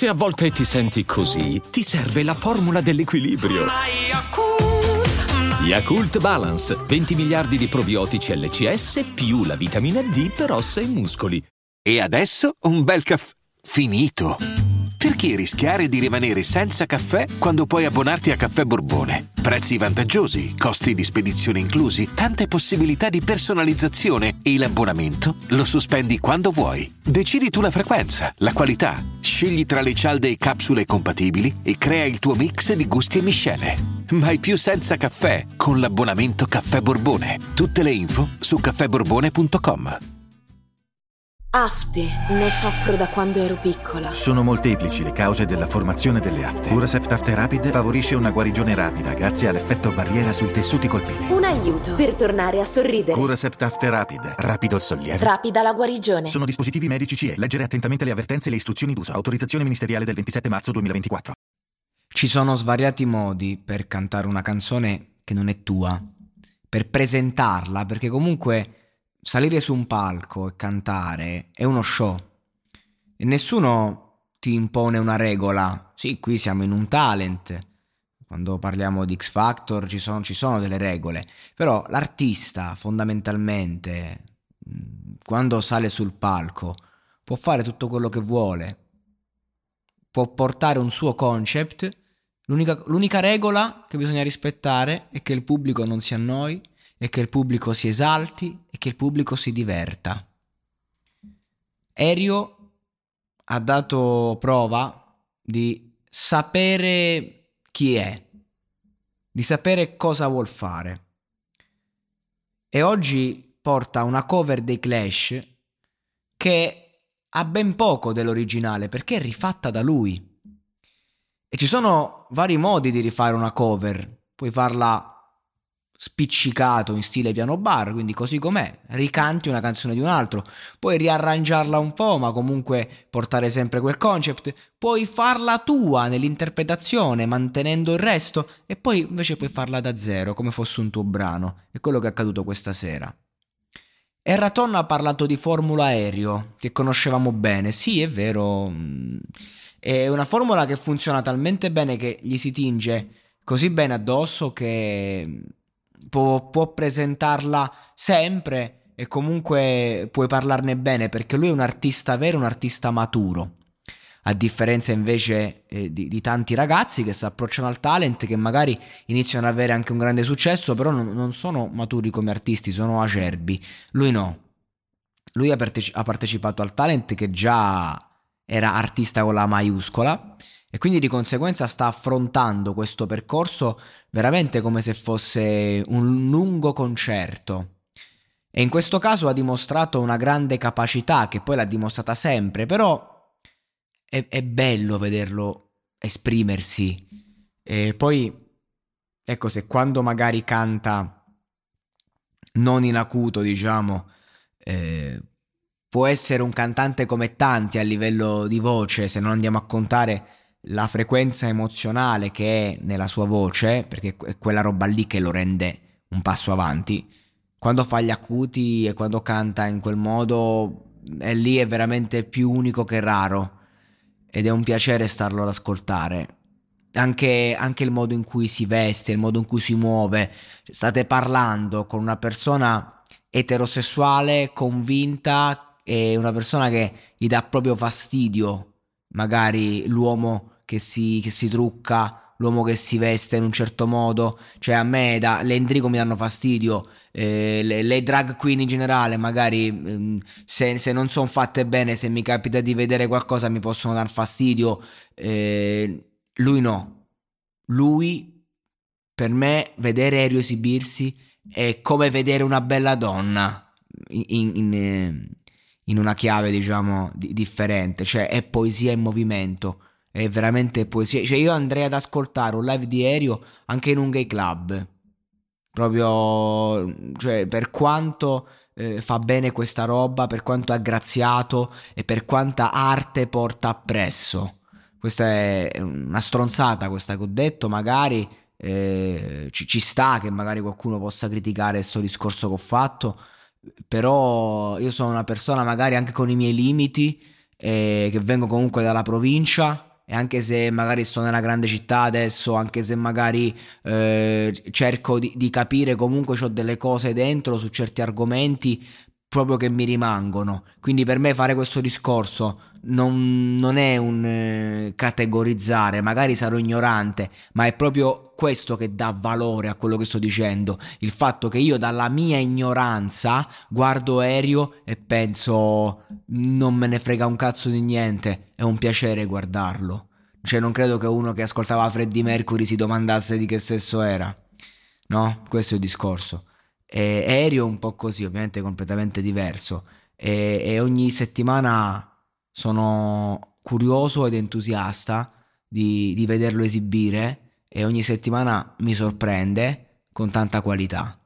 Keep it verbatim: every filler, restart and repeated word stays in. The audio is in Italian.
Se a volte ti senti così, ti serve la formula dell'equilibrio. Yakult Balance, venti miliardi di probiotici L C S più la vitamina D per ossa e muscoli. E adesso un bel caffè finito. Perché rischiare di rimanere senza caffè quando puoi abbonarti a Caffè Borbone? Prezzi vantaggiosi, costi di spedizione inclusi, tante possibilità di personalizzazione e l'abbonamento lo sospendi quando vuoi. Decidi tu la frequenza, la qualità, scegli tra le cialde e capsule compatibili e crea il tuo mix di gusti e miscele. Mai più senza caffè con l'abbonamento Caffè Borbone. Tutte le info su caffè borbone punto com. Afte. Ne soffro da quando ero piccola. Sono molteplici le cause della formazione delle afte. Curacept Afte Rapid favorisce una guarigione rapida grazie all'effetto barriera sui tessuti colpiti. Un aiuto per tornare a sorridere. Curacept Afte Rapid. Rapido il sollievo. Rapida la guarigione. Sono dispositivi medici C E. Leggere attentamente le avvertenze e le istruzioni d'uso. Autorizzazione ministeriale del ventisette marzo duemilaventiquattro. Ci sono svariati modi per cantare una canzone che non è tua, per presentarla, perché comunque salire su un palco e cantare è uno show e nessuno ti impone una regola. Sì, qui siamo in un talent, quando parliamo di X Factor ci sono, ci sono delle regole, però l'artista fondamentalmente quando sale sul palco può fare tutto quello che vuole, può portare un suo concept. L'unica, l'unica regola che bisogna rispettare è che il pubblico non si annoi, e che il pubblico si esalti e che il pubblico si diverta. Erio ha dato prova di sapere chi è, di sapere cosa vuol fare. E oggi porta una cover dei Clash che ha ben poco dell'originale perché è rifatta da lui. E ci sono vari modi di rifare una cover. Puoi farla spiccicato in stile piano bar, quindi così com'è, ricanti una canzone di un altro, puoi riarrangiarla un po' ma comunque portare sempre quel concept, puoi farla tua nell'interpretazione mantenendo il resto e poi invece puoi farla da zero come fosse un tuo brano. È quello che è accaduto questa sera. Erraton ha parlato di formula aereo che conoscevamo bene. Sì, è vero, è una formula che funziona talmente bene che gli si tinge così bene addosso che Può, può presentarla sempre e comunque puoi parlarne bene perché lui è un artista vero, un artista maturo, a differenza invece eh, di, di tanti ragazzi che si approcciano al talent, che magari iniziano ad avere anche un grande successo però non, non sono maturi come artisti, sono acerbi. Lui no, lui ha, parteci- ha partecipato al talent che già era artista con la maiuscola e quindi di conseguenza sta affrontando questo percorso veramente come se fosse un lungo concerto. E in questo caso ha dimostrato una grande capacità, che poi l'ha dimostrata sempre, però è, è bello vederlo esprimersi. E poi, ecco, se quando magari canta non in acuto, diciamo, eh, può essere un cantante come tanti a livello di voce, se non andiamo a contare la frequenza emozionale che è nella sua voce, perché è quella roba lì che lo rende un passo avanti. Quando fa gli acuti e quando canta in quel modo, è lì è veramente più unico che raro ed è un piacere starlo ad ascoltare. Anche, anche il modo in cui si veste, il modo in cui si muove. State parlando con una persona eterosessuale convinta e una persona che gli dà proprio fastidio magari l'uomo che si, che si trucca, l'uomo che si veste in un certo modo. Cioè a me da, le intrigo mi danno fastidio, eh, le, le drag queen in generale magari ehm, se, se non sono fatte bene, se mi capita di vedere qualcosa mi possono dar fastidio. eh, lui no, lui per me vedere Erio esibirsi è come vedere una bella donna in, in, in, in una chiave diciamo di, differente, cioè è poesia in movimento, è veramente poesia. Cioè io andrei ad ascoltare un live di Erio anche in un gay club, proprio, cioè per quanto eh, fa bene questa roba, per quanto è aggraziato e per quanta arte porta appresso. Questa è una stronzata questa che ho detto, magari eh, ci, ci sta che magari qualcuno possa criticare questo discorso che ho fatto, però io sono una persona magari anche con i miei limiti, eh, che vengo comunque dalla provincia, e anche se magari sto nella grande città adesso, anche se magari eh, cerco di, di capire, comunque ho delle cose dentro su certi argomenti proprio che mi rimangono. Quindi per me fare questo discorso non, non è un eh, categorizzare, magari sarò ignorante, ma è proprio questo che dà valore a quello che sto dicendo, il fatto che io dalla mia ignoranza guardo Aereo e penso non me ne frega un cazzo di niente, è un piacere guardarlo. Cioè non credo che uno che ascoltava Freddie Mercury si domandasse di che sesso era, no? Questo è il discorso. E Aereo è un po' così, ovviamente completamente diverso, e, e ogni settimana sono curioso ed entusiasta di, di vederlo esibire, e ogni settimana mi sorprende con tanta qualità.